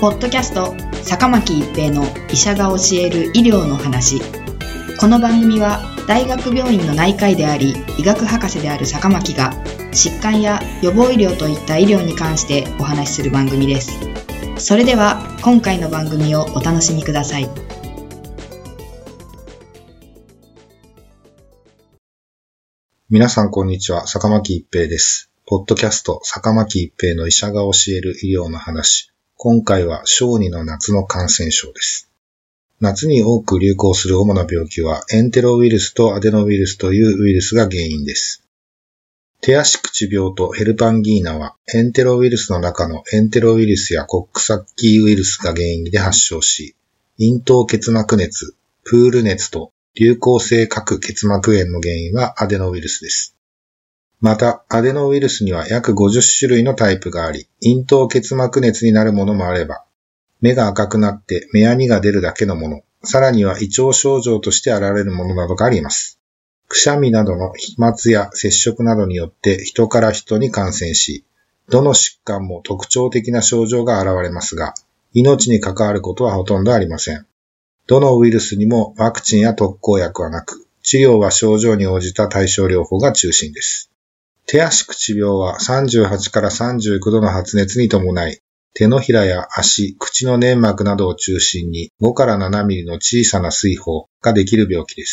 ポッドキャスト坂巻一平の医者が教える医療の話。この番組は大学病院の内科医であり医学博士である坂巻が疾患や予防医療といった医療に関してお話しする番組です。それでは今回の番組をお楽しみください。 皆さんこんにちは、坂巻一平です。ポッドキャスト坂巻一平の医者が教える医療の話。今回は小児の夏の感染症です。夏に多く流行する主な病気はエンテロウイルスとアデノウイルスというウイルスが原因です。手足口病とヘルパンギーナはエンテロウイルスの中のエンテロウイルスやコックサッキーウイルスが原因で発症し、咽頭結膜熱、プール熱と流行性核結膜炎の原因はアデノウイルスです。また、アデノウイルスには約50種類のタイプがあり、咽頭結膜熱になるものもあれば、目が赤くなって目やにが出るだけのもの、さらには胃腸症状として現れるものなどがあります。くしゃみなどの飛沫や接触などによって人から人に感染し、どの疾患も特徴的な症状が現れますが、命に関わることはほとんどありません。どのウイルスにもワクチンや特効薬はなく、治療は症状に応じた対症療法が中心です。手足口病は38から39度の発熱に伴い、手のひらや足、口の粘膜などを中心に5から7ミリの小さな水疱ができる病気です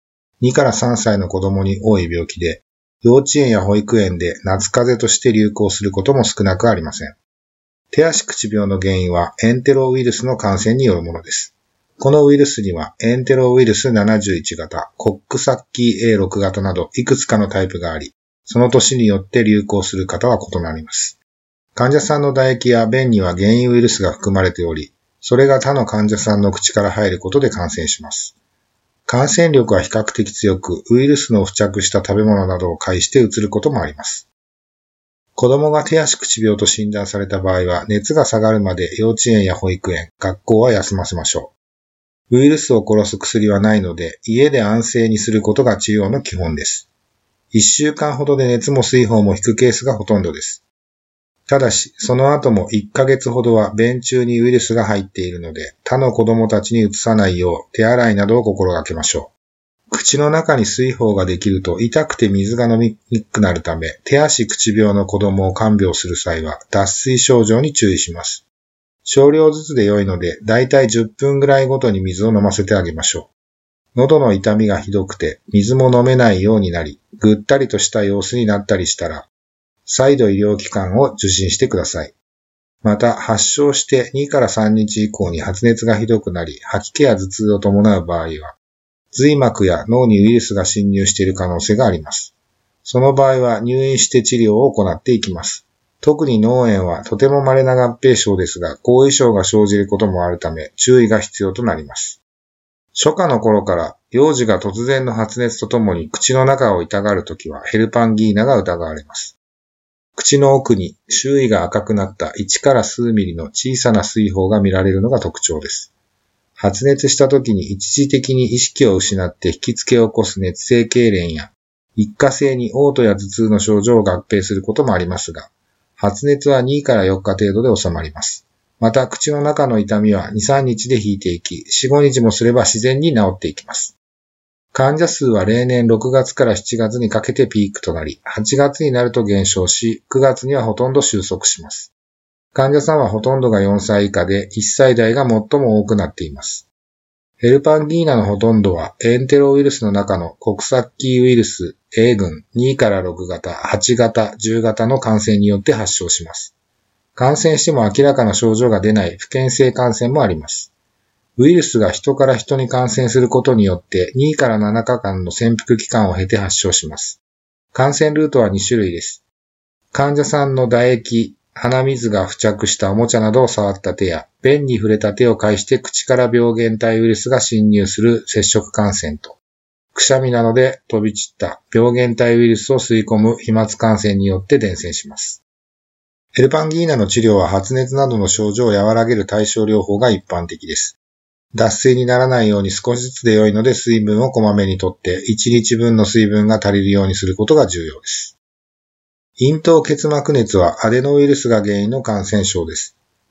。2から3歳の子供に多い病気で、幼稚園や保育園で夏風邪として流行することも少なくありません。手足口病の原因はエンテロウイルスの感染によるものです。このウイルスにはエンテロウイルス71型、コックサッキー A6 型などいくつかのタイプがあり、その年によって流行する方は異なります。患者さんの唾液や便には原因ウイルスが含まれており、それが他の患者さんの口から入ることで感染します。感染力は比較的強く、ウイルスの付着した食べ物などを介してうつることもあります。子供が手足口病と診断された場合は、熱が下がるまで幼稚園や保育園、学校は休ませましょう。ウイルスを殺す薬はないので、家で安静にすることが治療の基本です。1週間ほどで熱も水疱も引くケースがほとんどです。ただし、その後も1ヶ月ほどは便中にウイルスが入っているので、他の子供たちに移さないよう手洗いなどを心がけましょう。口の中に水疱ができると痛くて水が飲みにくくなるため、手足口病の子供を看病する際は脱水症状に注意します。少量ずつで良いので、だいたい10分ぐらいごとに水を飲ませてあげましょう。喉の痛みがひどくて、水も飲めないようになり、ぐったりとした様子になったりしたら、再度医療機関を受診してください。また、発症して2から3日以降に発熱がひどくなり、吐き気や頭痛を伴う場合は、髄膜や脳にウイルスが侵入している可能性があります。その場合は入院して治療を行っていきます。特に脳炎はとても稀な合併症ですが、後遺症が生じることもあるため、注意が必要となります。初夏の頃から、幼児が突然の発熱とともに口の中を痛がるときは、ヘルパンギーナが疑われます。口の奥に周囲が赤くなった1から数ミリの小さな水疱が見られるのが特徴です。発熱したときに一時的に意識を失って引きつけを起こす熱性痙攣や、一過性に嘔吐や頭痛の症状を合併することもありますが、発熱は2から4日程度で収まります。また、口の中の痛みは2、3日で引いていき、4、5日もすれば自然に治っていきます。患者数は例年6月から7月にかけてピークとなり、8月になると減少し、9月にはほとんど収束します。患者さんはほとんどが4歳以下で、1歳代が最も多くなっています。ヘルパンギーナのほとんどは、エンテロウイルスの中のコクサッキーウイルス A 群2から6型、8型、10型の感染によって発症します。感染しても明らかな症状が出ない不検性感染もあります。ウイルスが人から人に感染することによって2から7日間の潜伏期間を経て発症します。感染ルートは2種類です。患者さんの唾液、鼻水が付着したおもちゃなどを触った手や、便に触れた手を介して口から病原体ウイルスが侵入する接触感染と、くしゃみなどで飛び散った病原体ウイルスを吸い込む飛沫感染によって伝染します。ヘルパンギーナの治療は発熱などの症状を和らげる対症療法が一般的です。脱水にならないように少しずつで良いので水分をこまめにとって1日分の水分が足りるようにすることが重要です。咽頭結膜熱はアデノウイルスが原因の感染症です。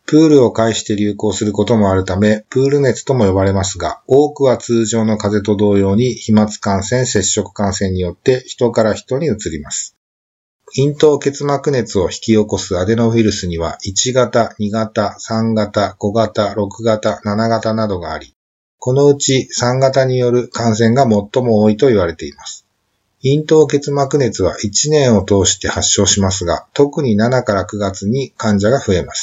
プールを介して流行することもあるため、プール熱とも呼ばれますが、多くは通常の風邪と同様に飛沫感染、接触感染によって人から人に移ります。咽頭結膜熱を引き起こすアデノウイルスには1型、2型、3型、5型、6型、7型などがあり、このうち3型による感染が最も多いと言われています。咽頭結膜熱は1年を通して発症しますが、特に7から9月に患者が増えます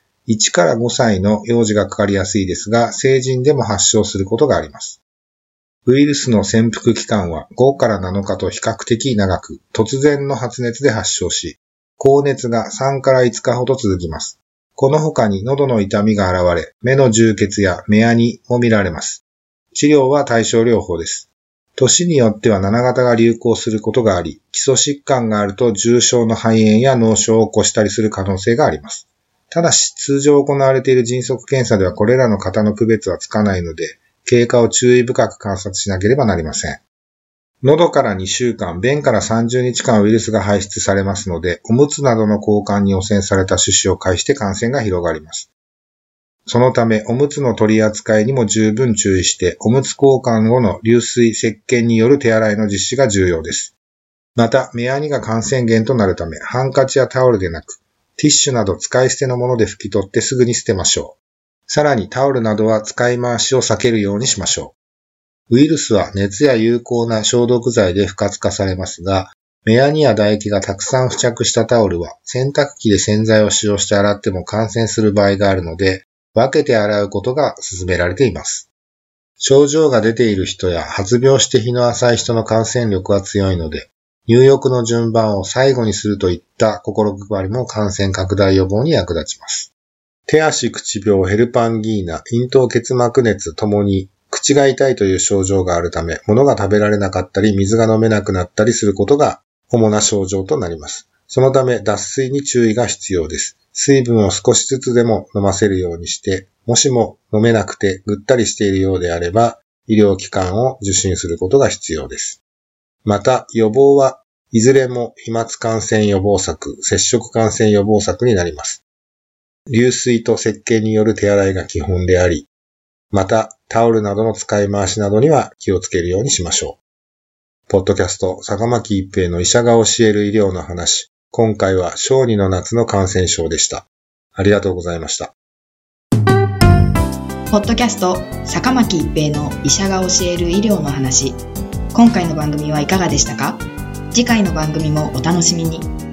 。1から5歳の幼児がかかりやすいですが、成人でも発症することがあります。ウイルスの潜伏期間は5から7日と比較的長く、突然の発熱で発症し、高熱が3から5日ほど続きます。この他に喉の痛みが現れ、目の充血や目やにも見られます。治療は対症療法です。年によっては7型が流行することがあり、基礎疾患があると重症の肺炎や脳症を起こしたりする可能性があります。ただし、通常行われている迅速検査ではこれらの型の区別はつかないので、経過を注意深く観察しなければなりません。喉から2週間、便から30日間ウイルスが排出されますので、おむつなどの交換に汚染された種子を介して感染が広がります。そのため、おむつの取り扱いにも十分注意して、おむつ交換後の流水、石鹸による手洗いの実施が重要です。また、目やにが感染源となるため、ハンカチやタオルでなく、ティッシュなど使い捨てのもので拭き取ってすぐに捨てましょう。さらにタオルなどは使い回しを避けるようにしましょう。ウイルスは熱や有効な消毒剤で不活化されますが、目やにや唾液がたくさん付着したタオルは洗濯機で洗剤を使用して洗っても感染する場合があるので、分けて洗うことが勧められています。症状が出ている人や発病して日の浅い人の感染力は強いので、入浴の順番を最後にするといった心配りも感染拡大予防に役立ちます。手足口病、ヘルパンギーナ、咽頭結膜熱ともに口が痛いという症状があるため、物が食べられなかったり水が飲めなくなったりすることが主な症状となります。そのため脱水に注意が必要です。水分を少しずつでも飲ませるようにして、もしも飲めなくてぐったりしているようであれば、医療機関を受診することが必要です。また、予防はいずれも飛沫感染予防策、接触感染予防策になります。流水と石鹸による手洗いが基本であり、またタオルなどの使い回しなどには気をつけるようにしましょう。ポッドキャスト、坂巻一平の医者が教える医療の話。今回は小児の夏の感染症でした。ありがとうございました。 ポッドキャスト、坂巻一平の医者が教える医療の話。今回の番組はいかがでしたか？次回の番組もお楽しみに。